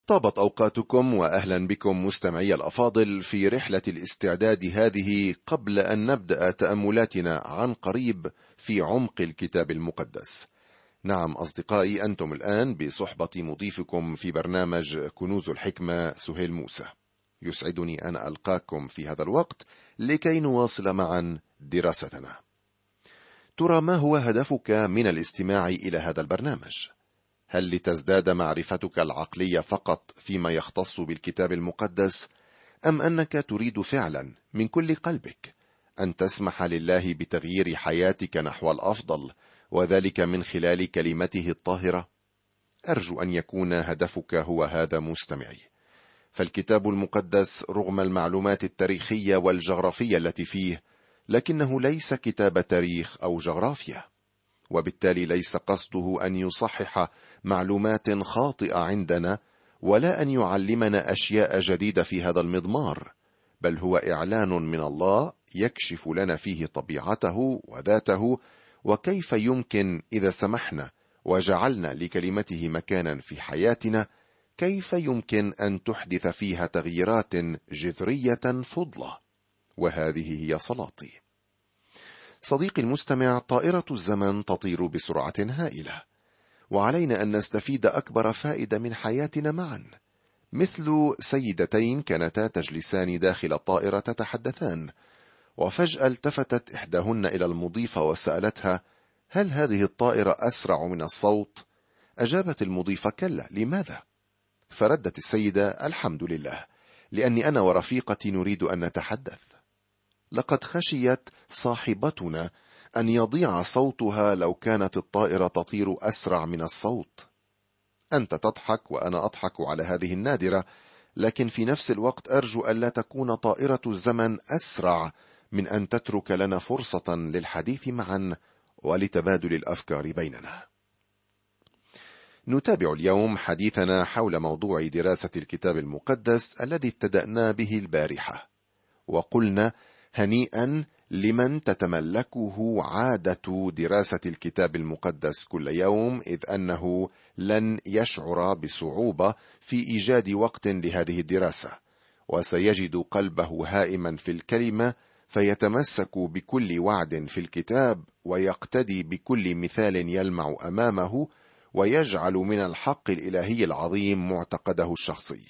طابت أوقاتكم وأهلا بكم مستمعي الأفاضل في رحلة الاستعداد هذه قبل أن نبدأ تأملاتنا عن قريب في عمق الكتاب المقدس. نعم أصدقائي، أنتم الآن بصحبة مضيفكم في برنامج كنوز الحكمة سهيل موسى. يسعدني أن ألقاكم في هذا الوقت لكي نواصل معا دراستنا. ترى ما هو هدفك من الاستماع إلى هذا البرنامج؟ هل لتزداد معرفتك العقلية فقط فيما يختص بالكتاب المقدس، أم أنك تريد فعلا من كل قلبك أن تسمح لله بتغيير حياتك نحو الأفضل، وذلك من خلال كلمته الطاهرة؟ أرجو أن يكون هدفك هو هذا مستمعي، فالكتاب المقدس رغم المعلومات التاريخية والجغرافية التي فيه، لكنه ليس كتاب تاريخ أو جغرافيا، وبالتالي ليس قصده أن يصحح معلومات خاطئة عندنا، ولا أن يعلمنا أشياء جديدة في هذا المضمار، بل هو إعلان من الله يكشف لنا فيه طبيعته وذاته، وكيف يمكن إذا سمحنا وجعلنا لكلمته مكانا في حياتنا، كيف يمكن أن تحدث فيها تغييرات جذرية فضلة. وهذه هي صلاتي. صديقي المستمع، طائرة الزمن تطير بسرعة هائلة، وعلينا أن نستفيد أكبر فائدة من حياتنا معا، مثل سيدتين كانتا تجلسان داخل الطائرة تتحدثان، وفجأة التفتت إحداهن إلى المضيفة وسألتها: هل هذه الطائرة أسرع من الصوت؟ أجابت المضيفة: كلا. لماذا؟ فردت السيدة: الحمد لله، لأني أنا ورفيقتي نريد أن نتحدث. لقد خشيت صاحبتنا أن يضيع صوتها لو كانت الطائرة تطير أسرع من الصوت. أنت تضحك وأنا أضحك على هذه النادرة، لكن في نفس الوقت أرجو ألا تكون طائرة الزمن أسرع من أن تترك لنا فرصة للحديث معا ولتبادل الأفكار بيننا. نتابع اليوم حديثنا حول موضوع دراسة الكتاب المقدس الذي ابتدأنا به البارحة، وقلنا: هنيئا لمن تتملكه عادة دراسة الكتاب المقدس كل يوم، إذ أنه لن يشعر بصعوبة في إيجاد وقت لهذه الدراسة، وسيجد قلبه هائما في الكلمة، فيتمسك بكل وعد في الكتاب، ويقتدي بكل مثال يلمع أمامه، ويجعل من الحق الإلهي العظيم معتقده الشخصي.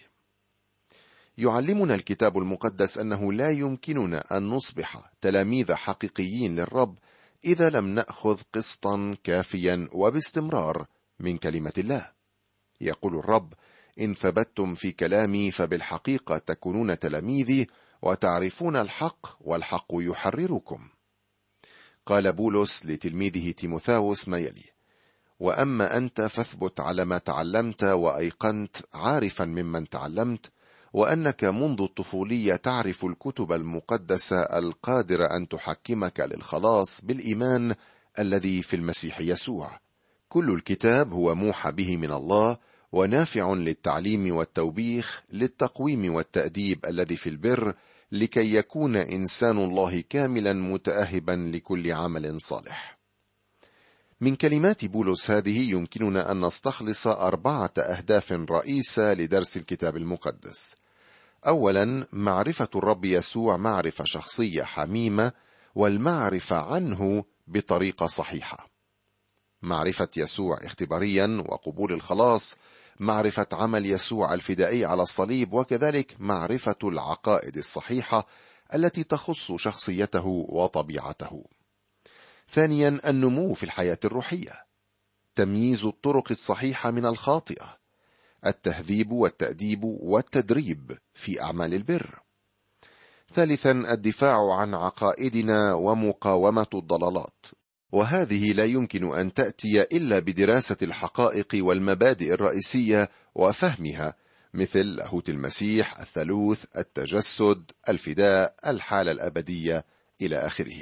يعلمنا الكتاب المقدس أنه لا يمكننا أن نصبح تلاميذ حقيقيين للرب إذا لم نأخذ قسطا كافيا وباستمرار من كلمة الله. يقول الرب: إن ثبتتم في كلامي فبالحقيقة تكونون تلاميذي، وتعرفون الحق والحق يحرركم. قال بولس لتلميذه تيموثاوس ما يلي: وأما أنت فاثبت على ما تعلمت وأيقنت، عارفا ممن تعلمت، وأنك منذ الطفولية تعرف الكتب المقدسة القادرة أن تحكمك للخلاص بالإيمان الذي في المسيح يسوع. كل الكتاب هو موحى به من الله، ونافع للتعليم والتوبيخ، للتقويم والتأديب الذي في البر، لكي يكون إنسان الله كاملا متأهبا لكل عمل صالح. من كلمات بولس هذه يمكننا أن نستخلص 4 أهداف رئيسة لدرس الكتاب المقدس. أولا، معرفة الرب يسوع معرفة شخصية حميمة، والمعرفة عنه بطريقة صحيحة. معرفة يسوع اختباريا وقبول الخلاص، معرفة عمل يسوع الفدائي على الصليب، وكذلك معرفة العقائد الصحيحة التي تخص شخصيته وطبيعته. ثانيا، النمو في الحياة الروحية، تمييز الطرق الصحيحة من الخاطئة، التهذيب والتأديب والتدريب في أعمال البر. ثالثا، الدفاع عن عقائدنا ومقاومة الضلالات، وهذه لا يمكن أن تأتي إلا بدراسة الحقائق والمبادئ الرئيسية وفهمها، مثل لاهوت المسيح، الثالوث، التجسد، الفداء، الحالة الأبدية إلى آخره.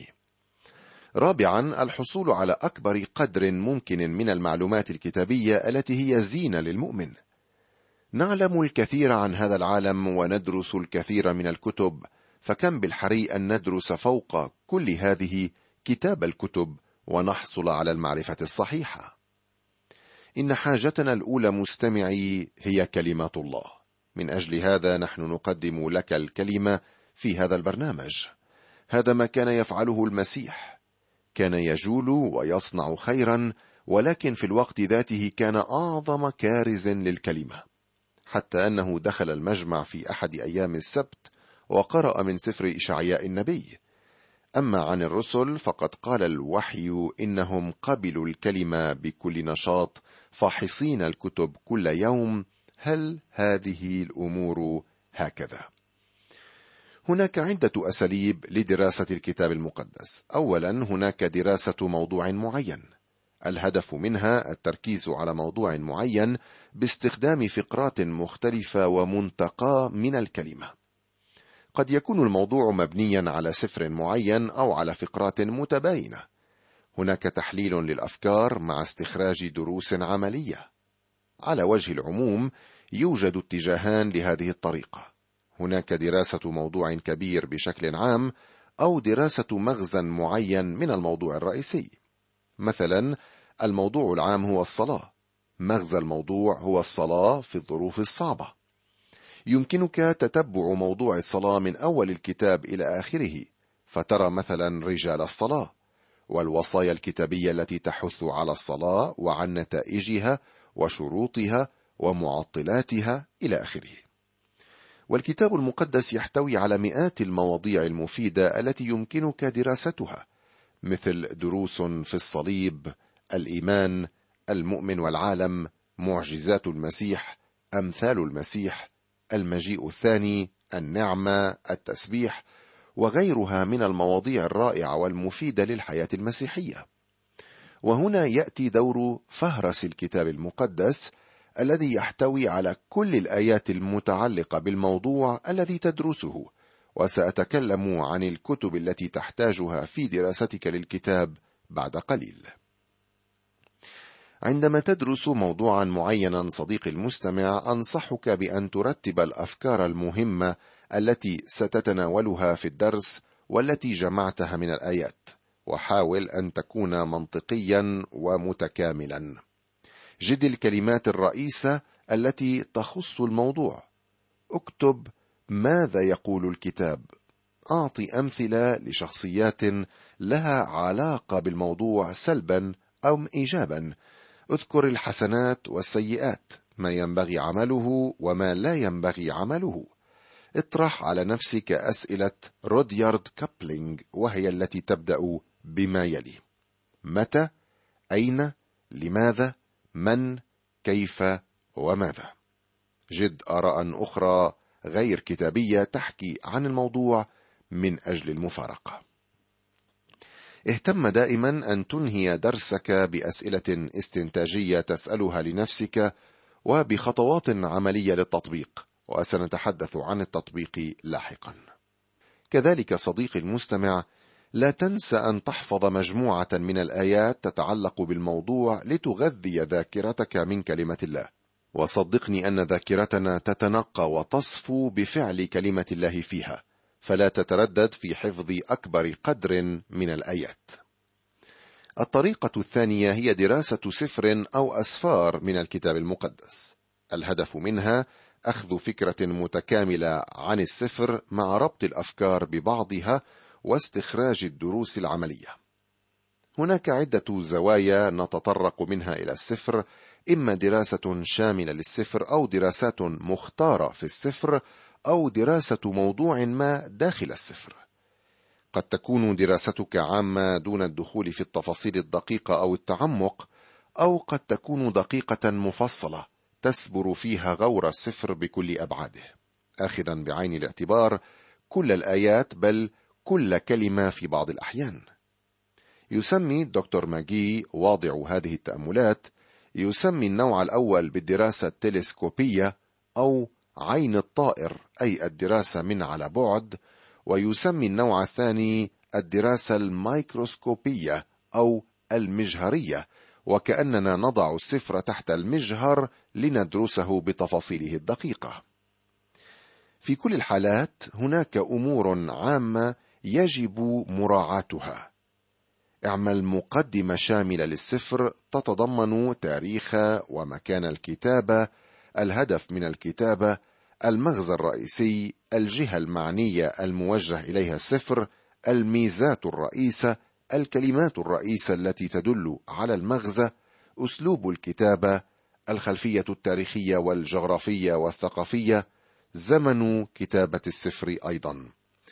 رابعا، الحصول على أكبر قدر ممكن من المعلومات الكتابية التي هي زينة للمؤمن. نعلم الكثير عن هذا العالم وندرس الكثير من الكتب، فكم بالحري أن ندرس فوق كل هذه كتاب الكتب ونحصل على المعرفة الصحيحة. إن حاجتنا الأولى مستمعي هي كلمات الله. من أجل هذا نحن نقدم لك الكلمة في هذا البرنامج. هذا ما كان يفعله المسيح، كان يجول ويصنع خيرا، ولكن في الوقت ذاته كان أعظم كارز للكلمة، حتى أنه دخل المجمع في أحد أيام السبت وقرأ من سفر إشعياء النبي. أما عن الرسل فقد قال الوحي إنهم قبلوا الكلمة بكل نشاط، فاحصين الكتب كل يوم، هل هذه الأمور هكذا؟ هناك عدة أساليب لدراسة الكتاب المقدس. أولا، هناك دراسة موضوع معين، الهدف منها التركيز على موضوع معين باستخدام فقرات مختلفة ومنتقى من الكلمة. قد يكون الموضوع مبنيا على سفر معين أو على فقرات متباينة. هناك تحليل للأفكار مع استخراج دروس عملية. على وجه العموم يوجد اتجاهان لهذه الطريقة: هناك دراسة موضوع كبير بشكل عام، أو دراسة مغزى معين من الموضوع الرئيسي. مثلا، الموضوع العام هو الصلاة، مغزى الموضوع هو الصلاة في الظروف الصعبة. يمكنك تتبع موضوع الصلاة من أول الكتاب إلى آخره، فترى مثلا رجال الصلاة والوصايا الكتابية التي تحث على الصلاة وعن نتائجها وشروطها ومعطلاتها إلى آخره. والكتاب المقدس يحتوي على مئات المواضيع المفيدة التي يمكنك دراستها، مثل دروس في الصليب، الإيمان، المؤمن والعالم، معجزات المسيح، أمثال المسيح، المجيء الثاني، النعمة، التسبيح، وغيرها من المواضيع الرائعة والمفيدة للحياة المسيحية. وهنا يأتي دور فهرس الكتاب المقدس الذي يحتوي على كل الآيات المتعلقة بالموضوع الذي تدرسه، وسأتكلم عن الكتب التي تحتاجها في دراستك للكتاب بعد قليل. عندما تدرس موضوعا معينا صديقي المستمع، أنصحك بأن ترتب الأفكار المهمة التي ستتناولها في الدرس والتي جمعتها من الآيات، وحاول أن تكون منطقيا ومتكاملا. جد الكلمات الرئيسة التي تخص الموضوع. اكتب ماذا يقول الكتاب. أعطي أمثلة لشخصيات لها علاقة بالموضوع سلبا أو إيجابا. اذكر الحسنات والسيئات، ما ينبغي عمله وما لا ينبغي عمله. اطرح على نفسك أسئلة روديارد كابلينج، وهي التي تبدأ بما يلي: متى، أين، لماذا، من، كيف، وماذا. جد آراء أخرى غير كتابية تحكي عن الموضوع من أجل المفارقة. اهتم دائما أن تنهي درسك بأسئلة استنتاجية تسألها لنفسك وبخطوات عملية للتطبيق، وسنتحدث عن التطبيق لاحقا. كذلك صديقي المستمع، لا تنسى أن تحفظ مجموعة من الآيات تتعلق بالموضوع لتغذي ذاكرتك من كلمة الله. وصدقني أن ذاكرتنا تتنقى وتصفو بفعل كلمة الله فيها، فلا تتردد في حفظ أكبر قدر من الآيات. الطريقة الثانية هي دراسة سفر أو أسفار من الكتاب المقدس. الهدف منها أخذ فكرة متكاملة عن السفر مع ربط الأفكار ببعضها واستخراج الدروس العملية. هناك عدة زوايا نتطرق منها إلى السفر، إما دراسة شاملة للسفر، أو دراسات مختارة في السفر، أو دراسة موضوع ما داخل السفر. قد تكون دراستك عامة دون الدخول في التفاصيل الدقيقة أو التعمق، أو قد تكون دقيقة مفصلة تسبر فيها غور السفر بكل أبعاده، آخذا بعين الاعتبار كل الآيات، بل كل كلمة في بعض الأحيان. يسمي دكتور ماجي واضع هذه التأملات، يسمي النوع الأول بالدراسة التلسكوبية أو عين الطائر، أي الدراسة من على بعد، ويسمي النوع الثاني الدراسة الميكروسكوبية أو المجهرية، وكأننا نضع السفر تحت المجهر لندرسه بتفاصيله الدقيقة. في كل الحالات هناك أمور عامة يجب مراعاتها. اعمل مقدمة شاملة للسفر تتضمن تاريخ ومكان الكتابة، الهدف من الكتابة، المغزى الرئيسي، الجهة المعنية الموجه إليها السفر، الميزات الرئيسة، الكلمات الرئيسة التي تدل على المغزى، أسلوب الكتابة، الخلفية التاريخية والجغرافية والثقافية، زمن كتابة السفر أيضا.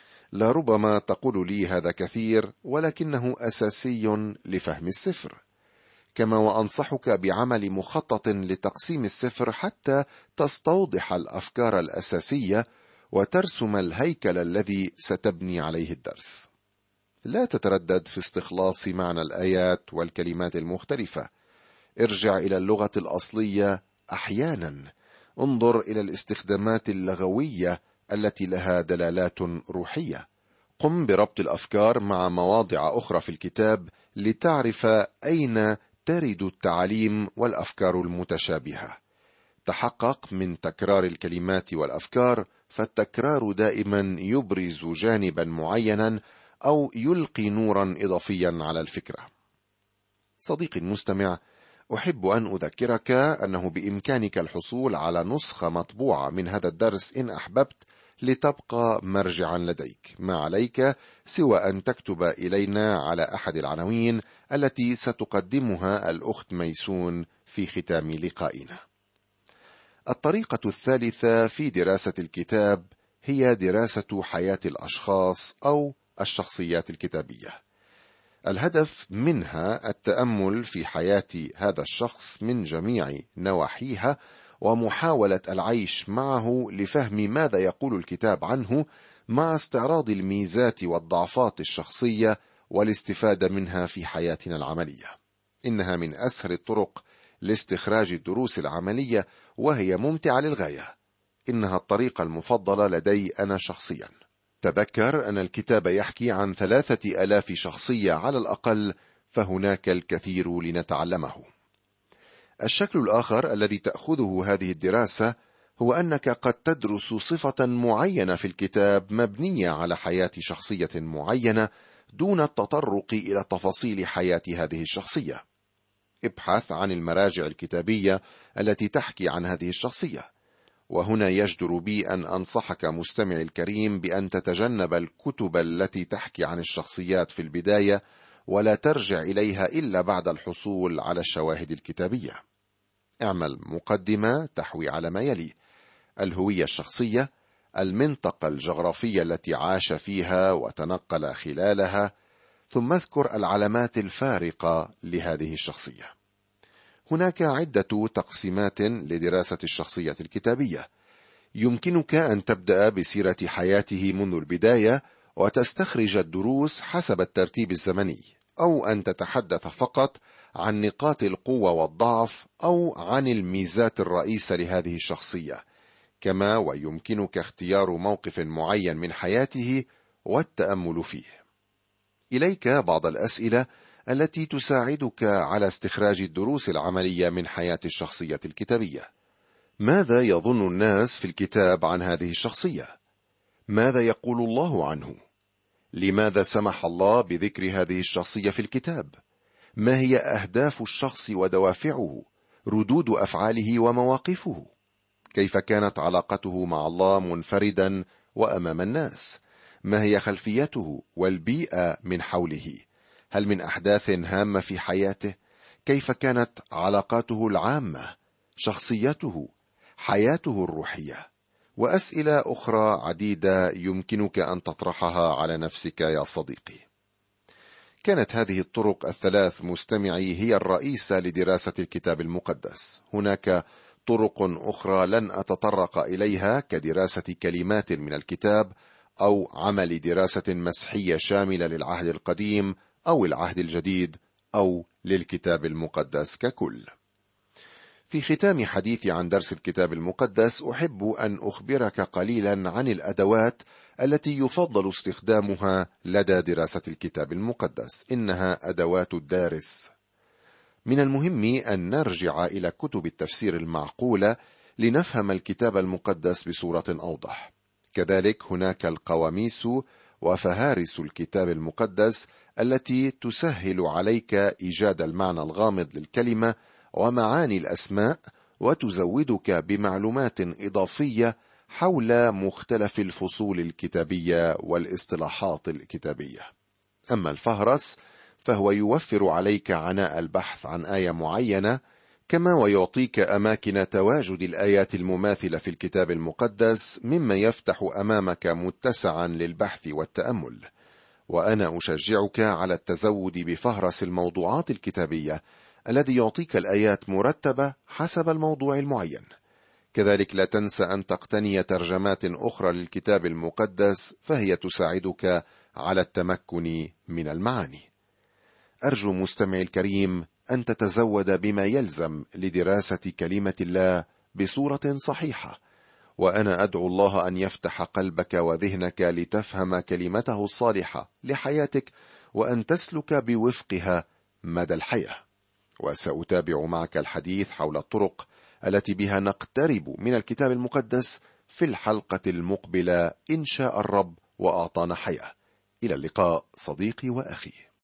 لربما تقول لي هذا كثير، ولكنه أساسي لفهم السفر. كما وأنصحك بعمل مخطط لتقسيم السفر حتى تستوضح الأفكار الأساسية وترسم الهيكل الذي ستبني عليه الدرس. لا تتردد في استخلاص معنى الآيات والكلمات المختلفة. ارجع إلى اللغة الأصلية أحيانا. انظر إلى الاستخدامات اللغوية التي لها دلالات روحية. قم بربط الأفكار مع مواضع أخرى في الكتاب لتعرف أين ترد التعاليم والأفكار المتشابهة. تحقق من تكرار الكلمات والأفكار، فالتكرار دائما يبرز جانبا معينا أو يلقي نورا إضافيا على الفكرة. صديقي المستمع، أحب أن أذكرك أنه بإمكانك الحصول على نسخة مطبوعة من هذا الدرس إن أحببت، لتبقى مرجعا لديك. ما عليك سوى أن تكتب إلينا على أحد العناوين التي ستقدمها الأخت ميسون في ختام لقائنا. الطريقة الثالثة في دراسة الكتاب هي دراسة حياة الأشخاص أو الشخصيات الكتابية. الهدف منها التأمل في حياة هذا الشخص من جميع نواحيها، ومحاولة العيش معه لفهم ماذا يقول الكتاب عنه، مع استعراض الميزات والضعفات الشخصية والاستفادة منها في حياتنا العملية. إنها من أسهل الطرق لاستخراج الدروس العملية، وهي ممتعة للغاية. إنها الطريقة المفضلة لدي أنا شخصيا. تذكر أن الكتاب يحكي عن 3000 شخصية على الأقل، فهناك الكثير لنتعلمه. الشكل الآخر الذي تأخذه هذه الدراسة هو أنك قد تدرس صفة معينة في الكتاب مبنية على حياة شخصية معينة دون التطرق إلى تفاصيل حياة هذه الشخصية. ابحث عن المراجع الكتابية التي تحكي عن هذه الشخصية. وهنا يجدر بي أن أنصحك مستمعي الكريم بأن تتجنب الكتب التي تحكي عن الشخصيات في البداية، ولا ترجع إليها إلا بعد الحصول على الشواهد الكتابية. اعمل مقدمة تحوي على ما يلي: الهوية الشخصية، المنطقة الجغرافية التي عاش فيها وتنقل خلالها، ثم اذكر العلامات الفارقة لهذه الشخصية. هناك عدة تقسيمات لدراسة الشخصية الكتابية. يمكنك أن تبدأ بسيرة حياته منذ البداية وتستخرج الدروس حسب الترتيب الزمني، أو أن تتحدث فقط عن نقاط القوة والضعف أو عن الميزات الرئيسة لهذه الشخصية. كما ويمكنك اختيار موقف معين من حياته والتأمل فيه. إليك بعض الأسئلة التي تساعدك على استخراج الدروس العملية من حياة الشخصية الكتابية. ماذا يظن الناس في الكتاب عن هذه الشخصية؟ ماذا يقول الله عنه؟ لماذا سمح الله بذكر هذه الشخصية في الكتاب؟ ما هي أهداف الشخص ودوافعه، ردود أفعاله ومواقفه؟ كيف كانت علاقته مع الله منفردا وأمام الناس؟ ما هي خلفيته والبيئة من حوله؟ هل من أحداث هامة في حياته؟ كيف كانت علاقاته العامة، شخصيته، حياته الروحية؟ وأسئلة أخرى عديدة يمكنك أن تطرحها على نفسك يا صديقي. كانت هذه الطرق الثلاث مستمعي هي الرئيسة لدراسة الكتاب المقدس. هناك طرق أخرى لن أتطرق إليها، كدراسة كلمات من الكتاب، أو عمل دراسة مسحية شاملة للعهد القديم أو العهد الجديد، أو للكتاب المقدس ككل. في ختام حديثي عن درس الكتاب المقدس، أحب أن أخبرك قليلا عن الأدوات التي يفضل استخدامها لدى دراسة الكتاب المقدس. إنها أدوات الدارس. من المهم أن نرجع إلى كتب التفسير المعقولة لنفهم الكتاب المقدس بصورة أوضح. كذلك هناك القواميس وفهارس الكتاب المقدس التي تسهل عليك إيجاد المعنى الغامض للكلمة ومعاني الأسماء، وتزودك بمعلومات إضافية حول مختلف الفصول الكتابية والاصطلاحات الكتابية. أما الفهرس فهو يوفر عليك عناء البحث عن آية معينة، كما ويعطيك أماكن تواجد الآيات المماثلة في الكتاب المقدس، مما يفتح أمامك متسعا للبحث والتأمل. وأنا أشجعك على التزود بفهرس الموضوعات الكتابية الذي يعطيك الآيات مرتبة حسب الموضوع المعين. كذلك لا تنسى أن تقتني ترجمات أخرى للكتاب المقدس، فهي تساعدك على التمكن من المعاني. أرجو مستمعي الكريم أن تتزود بما يلزم لدراسة كلمة الله بصورة صحيحة، وأنا أدعو الله أن يفتح قلبك وذهنك لتفهم كلمته الصالحة لحياتك، وأن تسلك بوفقها مدى الحياة. وسأتابع معك الحديث حول الطرق التي بها نقترب من الكتاب المقدس في الحلقة المقبلة إن شاء الرب وأعطانا حياة. إلى اللقاء صديقي وأخي.